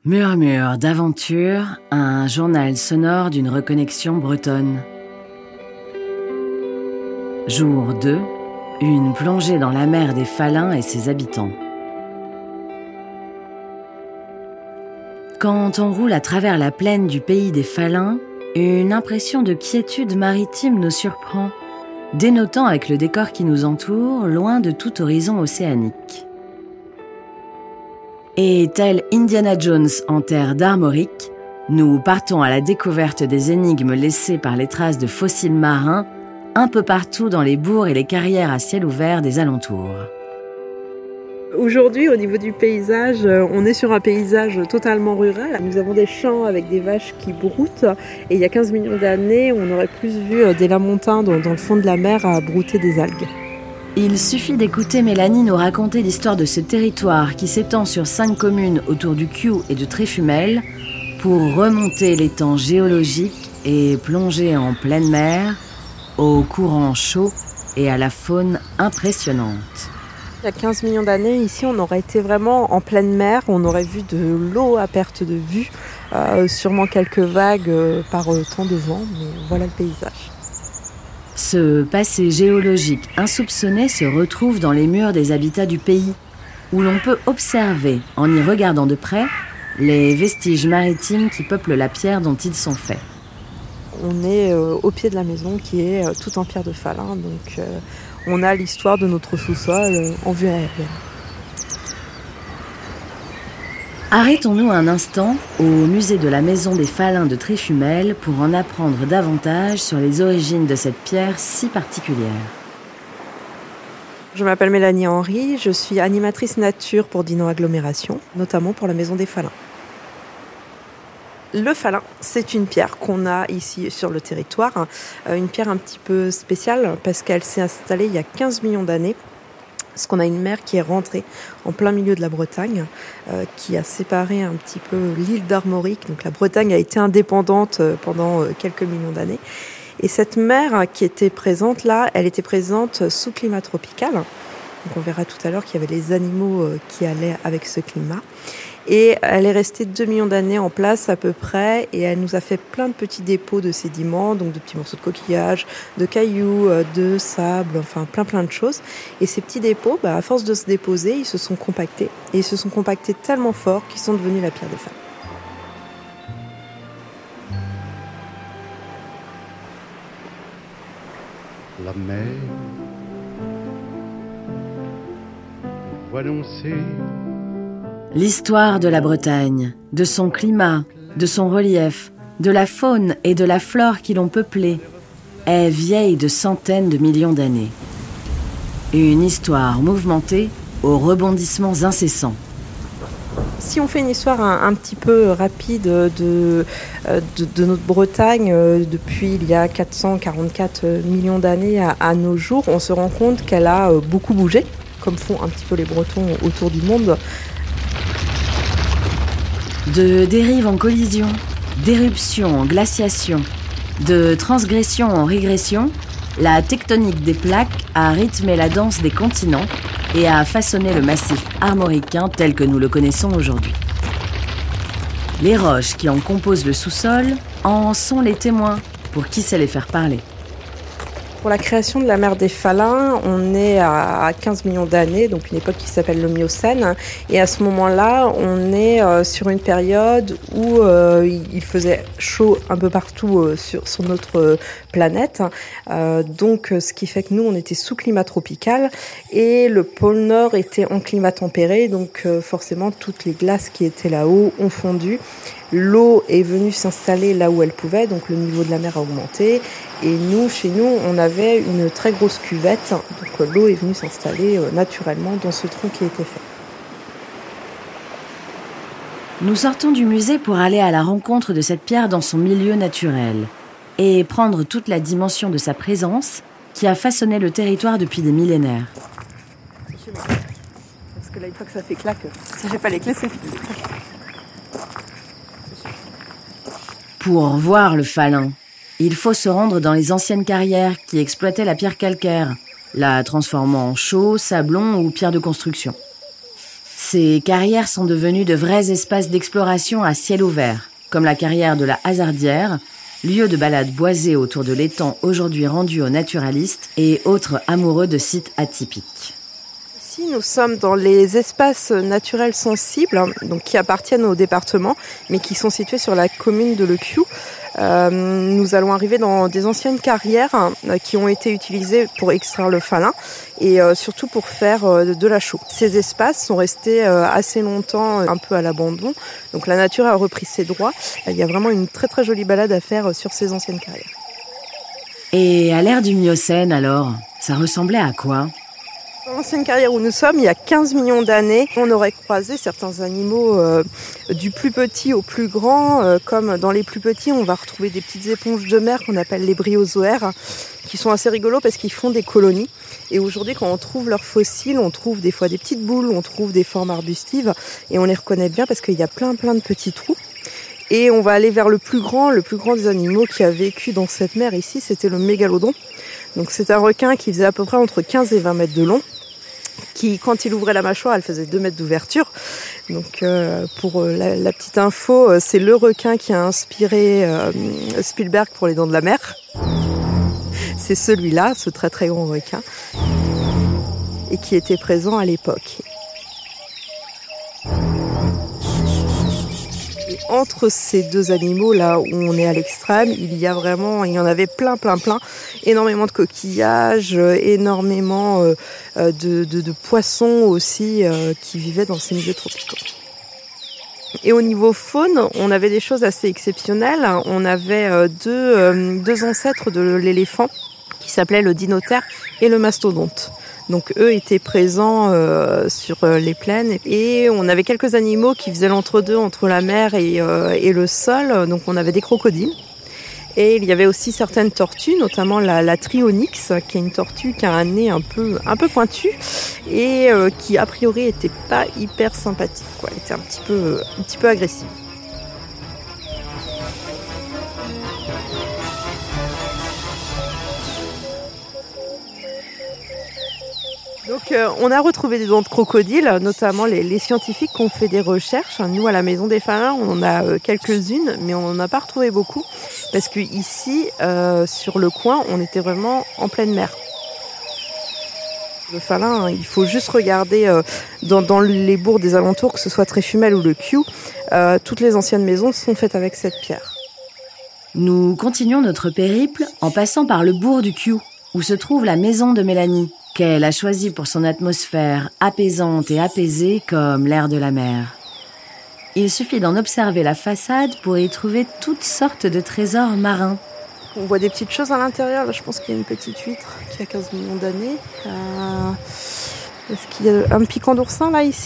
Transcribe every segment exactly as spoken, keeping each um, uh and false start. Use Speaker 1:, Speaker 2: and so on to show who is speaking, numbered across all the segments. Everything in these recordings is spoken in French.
Speaker 1: Murmure d'aventure, un journal sonore d'une reconnexion bretonne. Jour deux, une plongée dans la mer des Faluns et ses habitants. Quand on roule à travers la plaine du pays des Faluns, une impression de quiétude maritime nous surprend, dénotant avec le décor qui nous entoure, loin de tout horizon océanique. Et tel Indiana Jones en terre d'Armorique, nous partons à la découverte des énigmes laissées par les traces de fossiles marins un peu partout dans les bourgs et les carrières à ciel ouvert des alentours.
Speaker 2: Aujourd'hui, au niveau du paysage, on est sur un paysage totalement rural. Nous avons des champs avec des vaches qui broutent. Et il y a quinze millions d'années, on aurait plus vu des lamontins dans, dans le fond de la mer à brouter des algues.
Speaker 1: Il suffit d'écouter Mélanie nous raconter l'histoire de ce territoire qui s'étend sur cinq communes autour du Kiou et de Tréfumel pour remonter les temps géologiques et plonger en pleine mer, aux courants chauds et à la faune impressionnante.
Speaker 2: Il y a quinze millions d'années, ici, on aurait été vraiment en pleine mer. On aurait vu de l'eau à perte de vue, euh, sûrement quelques vagues euh, par euh, temps de vent, mais voilà le paysage.
Speaker 1: Ce passé géologique insoupçonné se retrouve dans les murs des habitats du pays, où l'on peut observer, en y regardant de près, les vestiges maritimes qui peuplent la pierre dont ils sont faits.
Speaker 2: On est euh, au pied de la maison qui est euh, tout en pierre de Falun, donc euh, on a l'histoire de notre sous-sol euh, en vue aérienne.
Speaker 1: Arrêtons-nous un instant au musée de la Maison des Faluns de Tréfumel pour en apprendre davantage sur les origines de cette pierre si particulière.
Speaker 2: Je m'appelle Mélanie Henry, je suis animatrice nature pour Dino Agglomération, notamment pour la Maison des Faluns. Le Falun, c'est une pierre qu'on a ici sur le territoire, une pierre un petit peu spéciale parce qu'elle s'est installée il y a quinze millions d'années. Parce qu'on a une mer qui est rentrée en plein milieu de la Bretagne, euh, qui a séparé un petit peu l'île d'Armorique. Donc la Bretagne a été indépendante pendant quelques millions d'années. Et cette mer qui était présente là, elle était présente sous climat tropical. Donc on verra tout à l'heure qu'il y avait les animaux qui allaient avec ce climat. Et elle est restée deux millions d'années en place à peu près, et elle nous a fait plein de petits dépôts de sédiments, donc de petits morceaux de coquillages, de cailloux, de sable, enfin plein plein de choses. Et ces petits dépôts, bah, à force de se déposer, ils se sont compactés. Et ils se sont compactés tellement fort qu'ils sont devenus la pierre des Faluns.
Speaker 3: La mer voit danser.
Speaker 1: L'histoire de la Bretagne, de son climat, de son relief, de la faune et de la flore qui l'ont peuplée, est vieille de centaines de millions d'années. Une histoire mouvementée aux rebondissements incessants.
Speaker 2: Si on fait une histoire un, un petit peu rapide de, de, de notre Bretagne, depuis il y a quatre cent quarante-quatre millions d'années à, à nos jours, on se rend compte qu'elle a beaucoup bougé, comme font un petit peu les Bretons autour du monde.
Speaker 1: De dérive en collision, d'éruption en glaciation, de transgression en régression, la tectonique des plaques a rythmé la danse des continents et a façonné le massif armoricain tel que nous le connaissons aujourd'hui. Les roches qui en composent le sous-sol en sont les témoins pour qui sait les faire parler.
Speaker 2: Pour la création de la mer des Faluns, on est à quinze millions d'années, donc une époque qui s'appelle le Miocène. Et à ce moment-là, on est sur une période où euh, il faisait chaud un peu partout euh, sur, sur notre planète. Euh, donc, ce qui fait que nous, on était sous climat tropical et le pôle Nord était en climat tempéré. Donc, euh, forcément, toutes les glaces qui étaient là-haut ont fondu. L'eau est venue s'installer là où elle pouvait, donc le niveau de la mer a augmenté. Et nous, chez nous, on avait une très grosse cuvette, donc l'eau est venue s'installer naturellement dans ce trou qui a été fait.
Speaker 1: Nous sortons du musée pour aller à la rencontre de cette pierre dans son milieu naturel et prendre toute la dimension de sa présence qui a façonné le territoire depuis des millénaires.
Speaker 2: Parce que là, une fois que ça fait claque, si j'ai pas les clés, c'est fini.
Speaker 1: Pour voir le Falun, il faut se rendre dans les anciennes carrières qui exploitaient la pierre calcaire, la transformant en chaux, sablon ou pierre de construction. Ces carrières sont devenues de vrais espaces d'exploration à ciel ouvert, comme la carrière de la Hasardière, lieu de balade boisé autour de l'étang aujourd'hui rendu aux naturalistes et autres amoureux de sites atypiques.
Speaker 2: Ici, nous sommes dans les espaces naturels sensibles, donc qui appartiennent au département, mais qui sont situés sur la commune de Le Kiou. Euh, nous allons arriver dans des anciennes carrières euh, qui ont été utilisées pour extraire le falin et euh, surtout pour faire euh, de la chaux. Ces espaces sont restés euh, assez longtemps euh, un peu à l'abandon, donc la nature a repris ses droits. Il y a vraiment une très très jolie balade à faire euh, sur ces anciennes carrières.
Speaker 1: Et à l'ère du Miocène alors, ça ressemblait à quoi ?
Speaker 2: Dans l'ancienne carrière où nous sommes, il y a quinze millions d'années, on aurait croisé certains animaux euh, du plus petit au plus grand. Euh, comme dans les plus petits, on va retrouver des petites éponges de mer qu'on appelle les bryozoaires, qui sont assez rigolos parce qu'ils font des colonies. Et aujourd'hui, quand on trouve leurs fossiles, on trouve des fois des petites boules, on trouve des formes arbustives, et on les reconnaît bien parce qu'il y a plein plein de petits trous. Et on va aller vers le plus grand, le plus grand des animaux qui a vécu dans cette mer ici, c'était le mégalodon. Donc c'est un requin qui faisait à peu près entre quinze et vingt mètres de long, qui, quand il ouvrait la mâchoire, elle faisait deux mètres d'ouverture. Donc, euh, pour euh, la, la petite info, euh, c'est le requin qui a inspiré euh, Spielberg pour Les Dents de la Mer. C'est celui-là, ce très très grand requin, et qui était présent à l'époque. Et entre ces deux animaux, là où on est à l'extrême, il y a vraiment, il y en avait plein, plein, plein, énormément de coquillages, énormément euh, de, de, de poissons aussi euh, qui vivaient dans ces milieux tropicaux. Et au niveau faune, on avait des choses assez exceptionnelles. On avait euh, deux, euh, deux ancêtres de l'éléphant qui s'appelaient le dinotère et le mastodonte. Donc eux étaient présents euh, sur euh, les plaines et on avait quelques animaux qui faisaient l'entre-deux entre la mer et, euh, et le sol. Donc on avait des crocodiles et il y avait aussi certaines tortues, notamment la, la Trionyx, qui est une tortue qui a un nez un peu un peu pointu et euh, qui a priori était pas hyper sympathique, quoi. Elle était un petit peu un petit peu agressive. Donc euh, on a retrouvé des dents de crocodile, notamment les, les scientifiques qui ont fait des recherches. Nous, à la Maison des Falins, on en a euh, quelques-unes, mais on n'en a pas retrouvé beaucoup, parce que ici, euh, sur le coin, on était vraiment en pleine mer. Le Falin, hein, il faut juste regarder euh, dans, dans les bourgs des alentours, que ce soit Tréfumel ou le Kiou, euh, toutes les anciennes maisons sont faites avec cette pierre.
Speaker 1: Nous continuons notre périple en passant par le bourg du Kiou, où se trouve la maison de Mélanie, qu'elle a choisie pour son atmosphère apaisante et apaisée comme l'air de la mer. Il suffit d'en observer la façade pour y trouver toutes sortes de trésors marins.
Speaker 2: On voit des petites choses à l'intérieur. Là, je pense qu'il y a une petite huître qui a quinze millions d'années. Euh... Est-ce qu'il y a un piquant d'oursin là, ici ?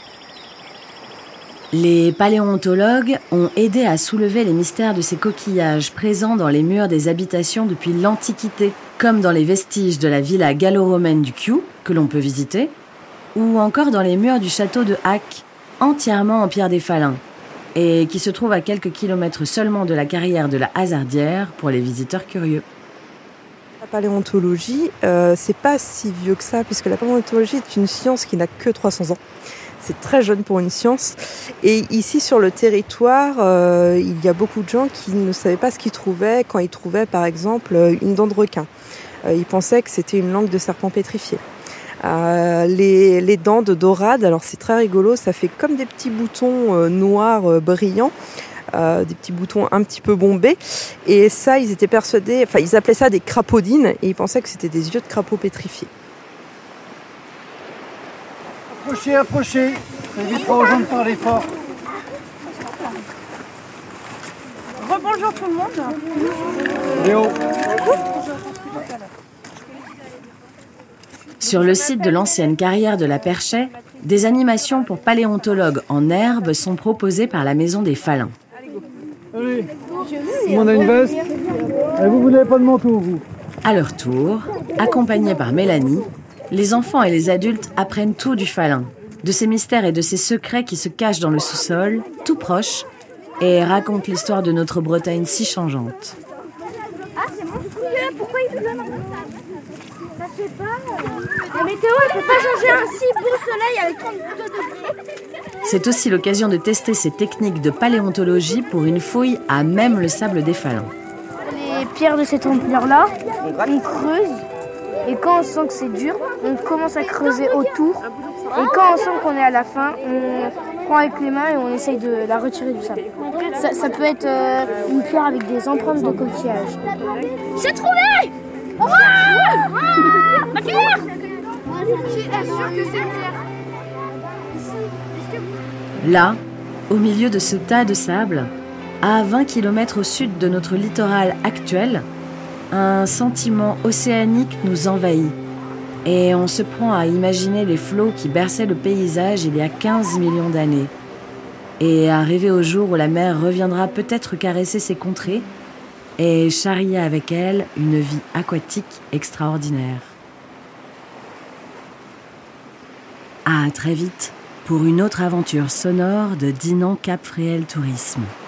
Speaker 1: Les paléontologues ont aidé à soulever les mystères de ces coquillages présents dans les murs des habitations depuis l'Antiquité, comme dans les vestiges de la villa gallo-romaine du Kiou, que l'on peut visiter, ou encore dans les murs du château de Hac, entièrement en pierre des Falins, et qui se trouve à quelques kilomètres seulement de la carrière de la Hasardière pour les visiteurs curieux.
Speaker 2: La paléontologie, euh, c'est pas si vieux que ça, puisque la paléontologie est une science qui n'a que trois cents ans. C'est très jeune pour une science. Et ici, sur le territoire, euh, il y a beaucoup de gens qui ne savaient pas ce qu'ils trouvaient quand ils trouvaient, par exemple, une dent de requin. Euh, ils pensaient que c'était une langue de serpent pétrifié. Euh, les, les dents de dorade, alors c'est très rigolo, ça fait comme des petits boutons euh, noirs euh, brillants, euh, des petits boutons un petit peu bombés. Et ça, ils étaient persuadés, enfin, ils appelaient ça des crapaudines, et ils pensaient que c'était des yeux de crapaud pétrifiés.
Speaker 4: Approchez, approchez. Ça évitera aux gens de parler fort.
Speaker 2: Rebonjour tout le monde.
Speaker 4: Léo.
Speaker 1: Sur le site de l'ancienne carrière de la Perchet, des animations pour paléontologues en herbe sont proposées par la Maison des Falins.
Speaker 4: Allez, tout le monde a une veste. Et vous, vous n'avez pas de manteau, vous.
Speaker 1: À leur tour, accompagnés par Mélanie, les enfants et les adultes apprennent tout du falin, de ses mystères et de ses secrets qui se cachent dans le sous-sol, tout proche, et racontent l'histoire de notre Bretagne si changeante.
Speaker 5: Ah, c'est monstrueux, pourquoi il nous donne un message ? je sais pas. La météo, elle peut pas changer un si beau soleil avec trente-deux degrés.
Speaker 1: C'est aussi l'occasion de tester ces techniques de paléontologie pour une fouille à même le sable défalant.
Speaker 5: Les pierres de cette ampleur-là, on creuse. Et quand on sent que c'est dur, on commence à creuser autour. Et quand on sent qu'on est à la fin, on prend avec les mains et on essaye de la retirer du sable. Ça, ça peut être euh, une pierre avec des empreintes de coquillage. J'ai trouvé! Wow! Ma pierre! Qui est sûr que c'est une pierre?
Speaker 1: Là, au milieu de ce tas de sable, à vingt kilomètres au sud de notre littoral actuel, un sentiment océanique nous envahit. Et on se prend à imaginer les flots qui berçaient le paysage il y a quinze millions d'années. Et à rêver au jour où la mer reviendra peut-être caresser ces contrées et charrier avec elle une vie aquatique extraordinaire. À très vite pour une autre aventure sonore de Dinan Cap Fréhel Tourisme.